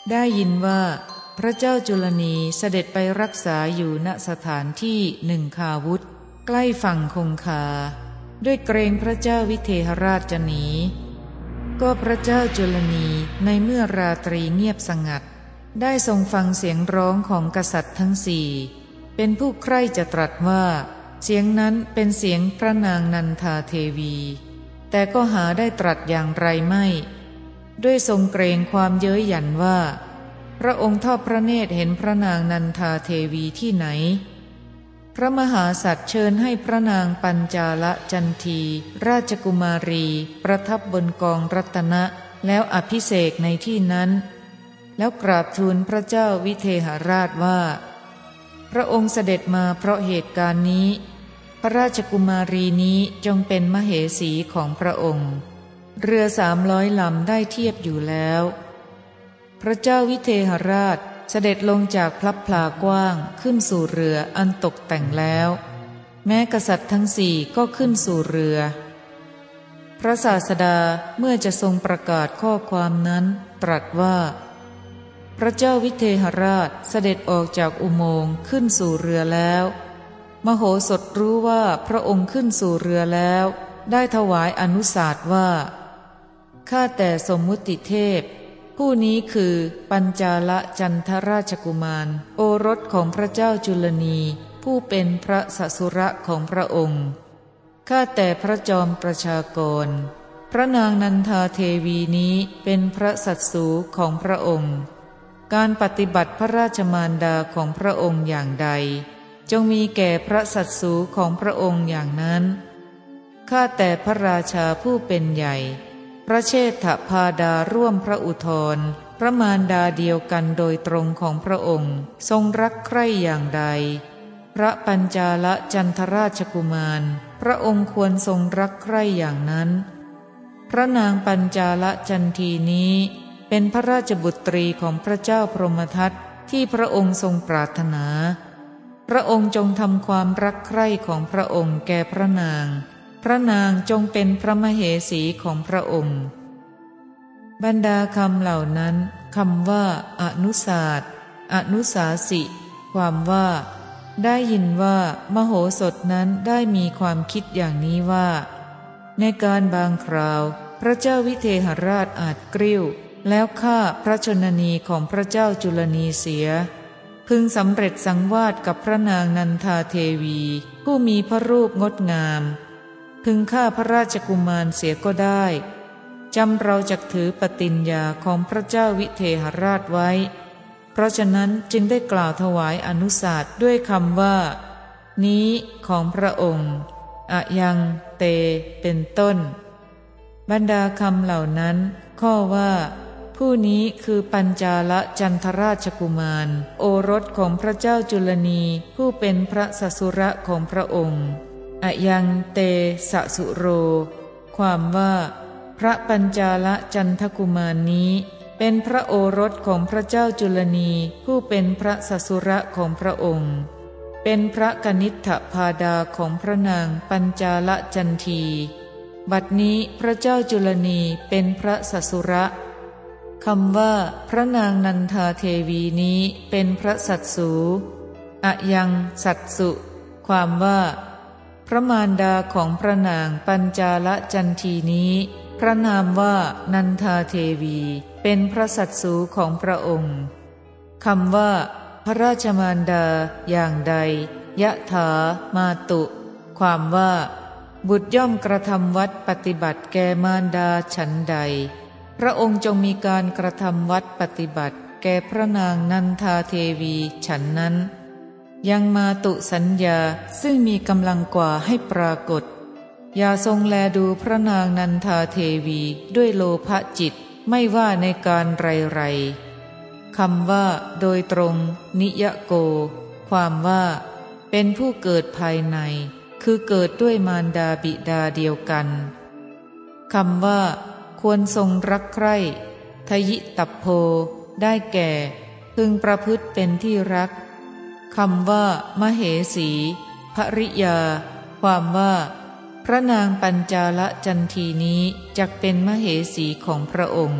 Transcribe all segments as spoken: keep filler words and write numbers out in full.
ได้ยินว่าพระเจ้าจุลนีเสด็จไปรักษาอยู่ณสถานที่หนึ่งคาวุธใกล้ฝั่งคงคาด้วยเกรงพระเจ้าวิเทหราชจะหนีก็พระเจ้าจุลนีในเมื่อราตรีเงียบสงัดได้ทรงฟังเสียงร้องของกษัตริย์ทั้งสี่เป็นผู้ใคร่จะตรัสว่าเสียงนั้นเป็นเสียงพระนางนันทาเทวีแต่ก็หาได้ตรัสอย่างไรไม่ด้วยทรงเกรงความเย้ยหยันว่าพระองค์ทอดพระเนตรเห็นพระนางนันทาเทวีที่ไหนพระมหาสัตว์เชิญให้พระนางปัญจาลจันทีราชกุมารีประทับบนกองรัตนะแล้วอภิเษกในที่นั้นแล้วกราบทูลพระเจ้าวิเทหราชว่าพระองค์เสด็จมาเพราะเหตุการณ์นี้พระราชกุมารีนี้จงเป็นมเหสีของพระองค์เรือสามร้อยลำได้เทียบอยู่แล้วพระเจ้าวิเทหราชเสด็จลงจากพลับพลากว้างขึ้นสู่เรืออันตกแต่งแล้วแม้กษัตริย์ทั้งสี่ก็ขึ้นสู่เรือพระศาสดาเมื่อจะทรงประกาศข้อความนั้นตรัสว่าพระเจ้าวิเทหราชเสด็จออกจากอุโมงค์ขึ้นสู่เรือแล้วมโหสถรู้ว่าพระองค์ขึ้นสู่เรือแล้วได้ถวายอนุสาสว่าข้าแต่สมมุติเทพผู้นี้คือปัญจาลจันทราชกุมารโอรสของพระเจ้าจุลนีผู้เป็นพระสสุระของพระองค์ข้าแต่พระจอมประชากรพระนางนันทาเทวีนี้เป็นพระสัตสูของพระองค์การปฏิบัติพระราชมารดาของพระองค์อย่างใดจงมีแก่พระสัตสูของพระองค์อย่างนั้นข้าแต่พระราชาผู้เป็นใหญ่พระเชษฐพาดาร่วมพระอุทธรพระมารดาเดียวกันโดยตรงของพระองค์ทรงรักใคร่อย่างใดพระปัญจาลจันทราชกุมารพระองค์ควรทรงรักใคร่อย่างนั้นพระนางปัญจาลจันทีนี้เป็นพระราชบุตรีของพระเจ้าพรหมทัตที่พระองค์ทรงปรารถนาพระองค์จงทำความรักใคร่ของพระองค์แก่พระนางพระนางจงเป็นพระมเหสีของพระองค์บรรดาคำเหล่านั้นคำว่าอนุสาสอนุสาสิความว่าได้ยินว่ามโหสถนั้นได้มีความคิดอย่างนี้ว่าในการบางคราวพระเจ้าวิเทหราชอาจกริ้วแล้วฆ่าพระชนนีของพระเจ้าจุลนีเสียพึงสำเร็จสังวาสกับพระนางนันทาเทวีผู้มีพระรูปงดงามพึงฆ่าพระราชกุมารเสียก็ได้จำเราจักถือปฏิญญาของพระเจ้าวิเทหราชไว้เพราะฉะนั้นจึงได้กล่าวถวายอนุสาสด้วยคำว่านี้ของพระองค์อะยังเตเป็นต้นบรรดาคำเหล่านั้นข้อว่าผู้นี้คือปัญจาลจันทราชกุมารโอรสของพระเจ้าจุลนีผู้เป็นพระสสุระของพระองค์อะยังเตสสุโรความว่าพระปัญจาลจันทกุมารนี้เป็นพระโอรสของพระเจ้าจุลนีผู้เป็นพระสสุระของพระองค์เป็นพระกนิษฐพาดาของพระนางปัญจาลจันทีบัดนี้พระเจ้าจุลนีเป็นพระสสุระคำว่าพระนางนันทาเทวีนี้เป็นพระสัตสูอะยังสัตสุความว่าพระมารดาของพระนางปัญจาลจันทีนี้พระนามว่านันทาเทวีเป็นพระสัตสูของพระองค์คำว่าพระราชมารดาอย่างใดยะถามาตุความว่าบุตรย่อมกระทำวัดปฏิบัติแก่มารดาฉันใดพระองค์จงมีการกระทำวัดปฏิบัติแก่พระนางนันทาเทวีฉันนั้นยังมาตุสัญญาซึ่งมีกำลังกว่าให้ปรากฏอย่าทรงแลดูพระนางนันทาเทวีด้วยโลภจิตไม่ว่าในการไรไรคำว่าโดยตรงนิยโกความว่าเป็นผู้เกิดภายในคือเกิดด้วยมารดาบิดาเดียวกันคำว่าควรทรงรักใคร่ทยิตัพโพได้แก่พึงประพฤติเป็นที่รักคำว่ามเหสีภริยาความว่าพระนางปัญจาลจันทีนี้จักเป็นมเหสีของพระองค์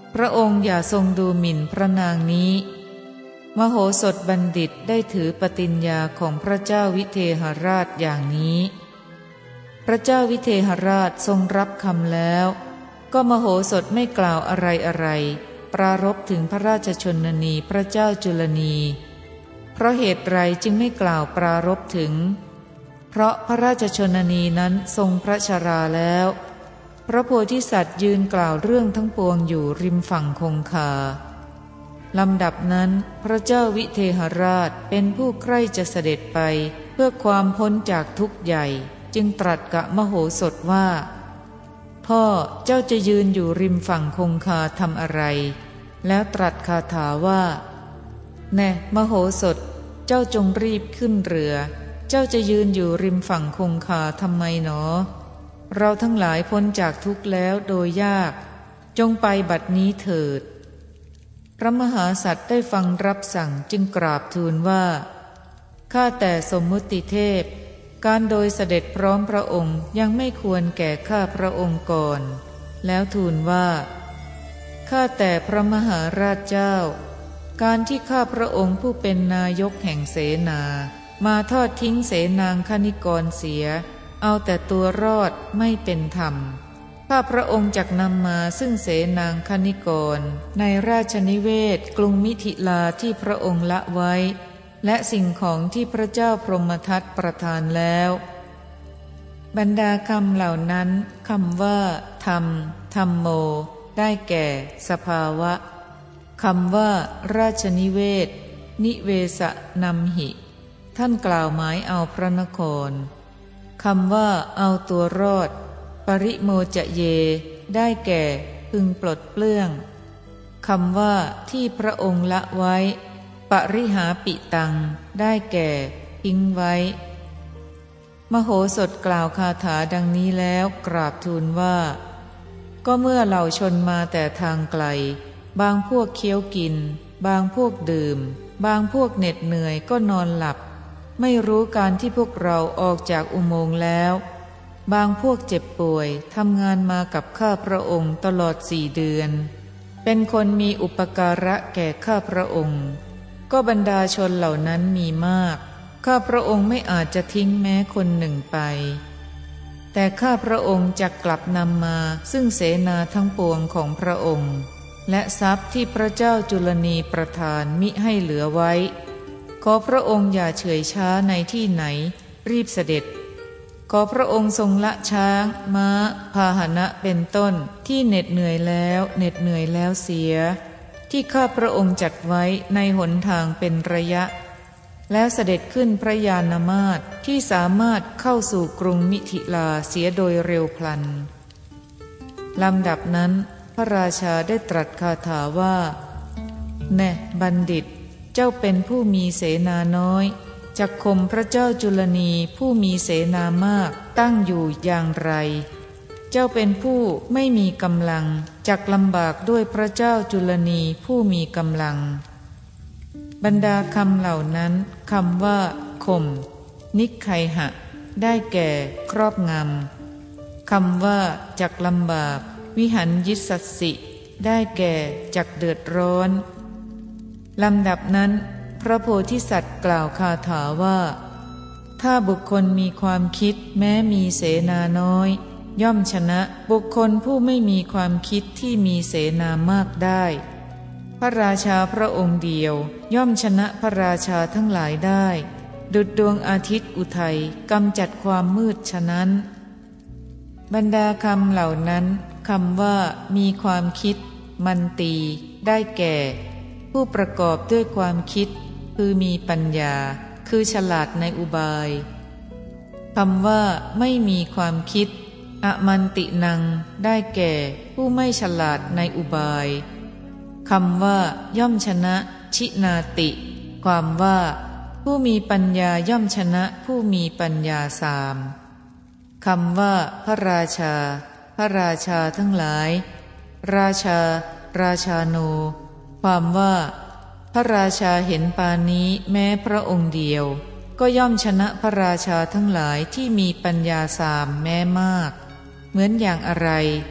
พระองค์อย่าทรงดูหมิ่นพระนางนี้มโหสถบัณฑิตได้ถือปฏิญญาของพระเจ้าวิเทหราชอย่างนี้พระเจ้าวิเทหราชทรงรับคำแล้วก็มโหสถไม่กล่าวอะไรอะไรปรารภถึงพระราชชนนีพระเจ้าจุลนีเพราะเหตุไรจึงไม่กล่าวปรารภถึงเพราะพระราชชนนีนั้นทรงพระชราแล้วพระโพธิสัตว์ยืนกล่าวเรื่องทั้งปวงอยู่ริมฝั่งคงคาลำดับนั้นพระเจ้าวิเทหราชเป็นผู้ใคร่จะเสด็จไปเพื่อความพ้นจากทุกข์ใหญ่จึงตรัสกับมโหสถว่าพ่อเจ้าจะยืนอยู่ริมฝั่งคงคาทำอะไรแล้วตรัสคาถาว่าแน่มโหสถเจ้าจงรีบขึ้นเรือเจ้าจะยืนอยู่ริมฝั่งคงคาทำไมหนอเราทั้งหลายพ้นจากทุกข์แล้วโดยยากจงไปบัดนี้เถิดพระมหาสัตว์ได้ฟังรับสั่งจึงกราบทูลว่าข้าแต่สมมุติเทพการโดยเสด็จพร้อมพระองค์ยังไม่ควรแก่ข้าพระองค์ก่อนแล้วทูลว่าข้าแต่พระมหาราชเจ้าการที่ข้าพระองค์ผู้เป็นนายกแห่งเสนามาทอดทิ้งเสนางคณิกรเสียเอาแต่ตัวรอดไม่เป็นธรรมข้าพระองค์จักนำมาซึ่งเสนางคณิกรในราชนิเวศกรุงมิถิลาที่พระองค์ละไว้และสิ่งของที่พระเจ้าพรหมทัตประทานแล้วบรรดาคำเหล่านั้นคำว่าธรรมธัมโมได้แก่สภาวะคำว่าราชนิเวศนิเวสนัมหิท่านกล่าวหมายเอาพระนครคำว่าเอาตัวรอดปริโมจะเยได้แก่พึงปลดเปลื้องคำว่าที่พระองค์ละไว้ปริหาปิตังได้แก่ทิ้งไว้มโหสถกล่าวคาถาดังนี้แล้วกราบทูลว่าก็เมื่อเหล่าชนมาแต่ทางไกลบางพวกเคี้ยวกินบางพวกดื่มบางพวกเหน็ดเหนื่อยก็นอนหลับไม่รู้การที่พวกเราออกจากอุโมงค์แล้วบางพวกเจ็บป่วยทำงานมากับข้าพระองค์ตลอดสี่เดือนเป็นคนมีอุปการะแก่ข้าพระองค์ก็บรรดาชนเหล่านั้นมีมากข้าพระองค์ไม่อาจจะทิ้งแม้คนหนึ่งไปแต่ข้าพระองค์จะกลับนำมาซึ่งเสนาทั้งปวงของพระองค์และทรัพย์ที่พระเจ้าจุลนีประทานมิให้เหลือไว้ขอพระองค์อย่าเฉื่อยช้าในที่ไหนรีบเสด็จขอพระองค์ทรงละช้างม้าพาหนะเป็นต้นที่เหน็ดเหนื่อยแล้วเหน็ดเหนื่อยแล้วเสียที่ข้าพระองค์จัดไว้ในหนทางเป็นระยะแล้วเสด็จขึ้นพระยานมาตรที่สามารถเข้าสู่กรุงมิถิลาเสียโดยเร็วพลันลำดับนั้นพระราชาได้ตรัสคาถาว่าแน่บัณฑิตเจ้าเป็นผู้มีเสนาน้อยจักข่มพระเจ้าจุลนีผู้มีเสนามากตั้งอยู่อย่างไรเจ้าเป็นผู้ไม่มีกำลังจักลำบากด้วยพระเจ้าจุลนีผู้มีกำลังบรรดาคำเหล่านั้นคำว่าข่มนิกไคหะได้แก่ครอบงำคำว่าจักลำบากวิหันยิสัสสิได้แก่จักเดือดร้อนลำดับนั้นพระโพธิสัตว์กล่าวคาถาว่าถ้าบุคคลมีความคิดแม้มีเสนาน้อยย่อมชนะบุคคลผู้ไม่มีความคิดที่มีเสนามากได้พระราชาพระองค์เดียวย่อมชนะพระราชาทั้งหลายได้ดุจดวงอาทิตย์อุทัยกำจัดความมืดฉะนั้นบรรดาคำเหล่านั้นคำว่ามีความคิดมันตีได้แก่ผู้ประกอบด้วยความคิดคือมีปัญญาคือฉลาดในอุบายคำว่าไม่มีความคิดอมันตินังได้แก่ผู้ไม่ฉลาดในอุบายคำว่าย่อมชนะชินาติความว่าผู้มีปัญญาย่อมชนะผู้มีปัญญาสามคำว่าพระราชาพระราชาทั้งหลายราชาราชาโนความว่าพระราชาเห็นปานนี้แม้พระองค์เดียวก็ย่อมชนะพระราชาทั้งหลายที่มีปัญญาสามแม้มากเหมือนอย่างอะไร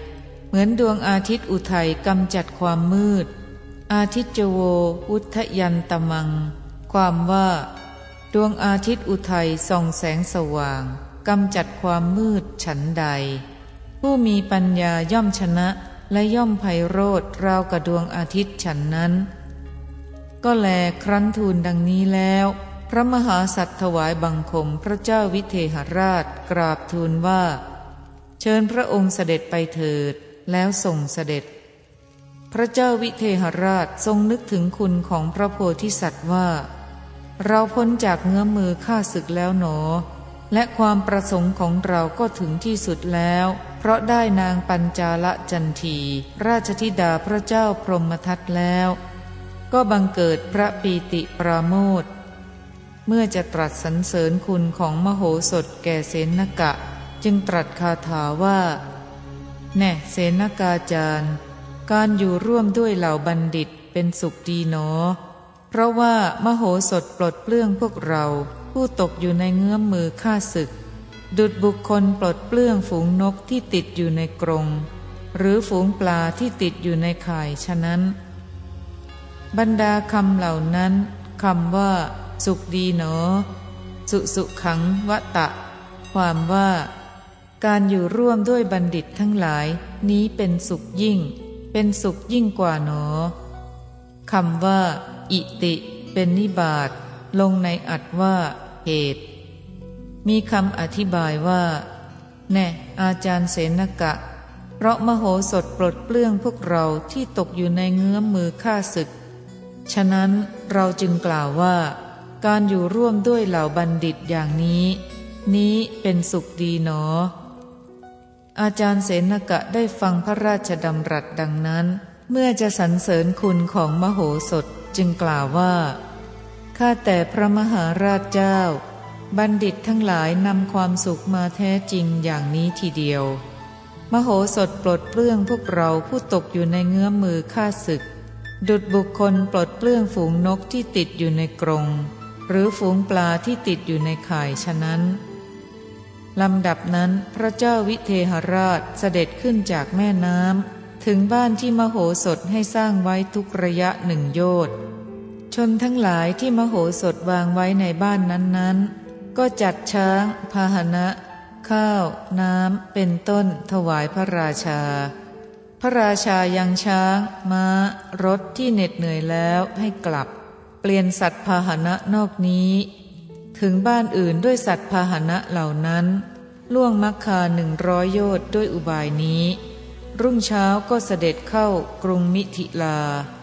เหมือนดวงอาทิตย์อุทัยกำจัดความมืดอาทิตย์โวอุทยันตมังความว่าดวงอาทิตย์อุทัยส่องแสงสว่างกำจัดความมืดฉันใดผู้มีปัญญาย่อมชนะและย่อมไพโรธราวกับดวงอาทิตย์ฉันนั้นก็แลครั้นทูลดังนี้แล้วพระมหาสัตว์ถวายบังคมพระเจ้าวิเทหราชกราบทูลว่าเชิญพระองค์เสด็จไปเถิดแล้วส่งเสด็จพระเจ้าวิเทหราชทรงนึกถึงคุณของพระโพธิสัตว์ว่าเราพ้นจากเงื้อมือข้าศึกแล้วหนอและความประสงค์ของเราก็ถึงที่สุดแล้วเพราะได้นางปัญจาลจันทีราชธิดาพระเจ้าพรหมทัตแล้วก็บังเกิดพระปีติปราโมทย์เมื่อจะตรัสสรรเสริญคุณของมโหสถแก่เสนกะจึงตรัสคาถาว่าแน่เสนกาจารย์การอยู่ร่วมด้วยเหล่าบัณฑิตเป็นสุขดีหนอเพราะว่ามโหสถปลดเปลื้องพวกเราผู้ตกอยู่ในเงื้อมมือข้าศึกดุจบุคคลปลดเปลื้องฝูงนกที่ติดอยู่ในกรงหรือฝูงปลาที่ติดอยู่ในข่ายฉะนั้นบรรดาคำเหล่านั้นคำว่าสุขดีหนอสุสุขังวะตะความว่าการอยู่ร่วมด้วยบัณฑิตทั้งหลายนี้เป็นสุขยิ่งเป็นสุขยิ่งกว่าหนอคำว่าอิติเป็นนิบาตลงในอัตว่าเหตุมีคำอธิบายว่าแน่อาจารย์เสนกะเพราะมโหสถปลดเปลื้องพวกเราที่ตกอยู่ในเงื้อมมือข้าศึกฉะนั้นเราจึงกล่าวว่าการอยู่ร่วมด้วยเหล่าบัณฑิตอย่างนี้นี้เป็นสุขดีหนออาจารย์เสนกะได้ฟังพระราชดำรัสดังนั้นเมื่อจะสรรเสริญคุณของมโหสถจึงกล่าวว่าข้าแต่พระมหาราชเจ้าบัณฑิตทั้งหลายนำความสุขมาแท้จริงอย่างนี้ทีเดียวมโหสถปลดเปลื้องพวกเราผู้ตกอยู่ในเงื้อมมือข้าศึกดุจบุคคลปลดเปลื้องฝูงนกที่ติดอยู่ในกรงหรือฝูงปลาที่ติดอยู่ในข่ายฉะนั้นลำดับนั้นพระเจ้าวิเทหราชเสด็จขึ้นจากแม่น้ำถึงบ้านที่มโหสถให้สร้างไว้ทุกระยะหนึ่งโยชน์ชนทั้งหลายที่มโหสถวางไว้ในบ้านนั้นๆก็จัดช้างพาหนะ ข้าวน้ำเป็นต้นถวายพระราชาพระราชายังช้างม้ารถที่เหน็ดเหนื่อยแล้วให้กลับเปลี่ยนสัตว์พาหนะนอกนี้ถึงบ้านอื่นด้วยสัตว์พาหนะเหล่านั้นล่วงมัคคาหนึ่งร้อยโยชน์ด้วยอุบายนี้รุ่งเช้าก็เสด็จเข้ากรุงมิถิลา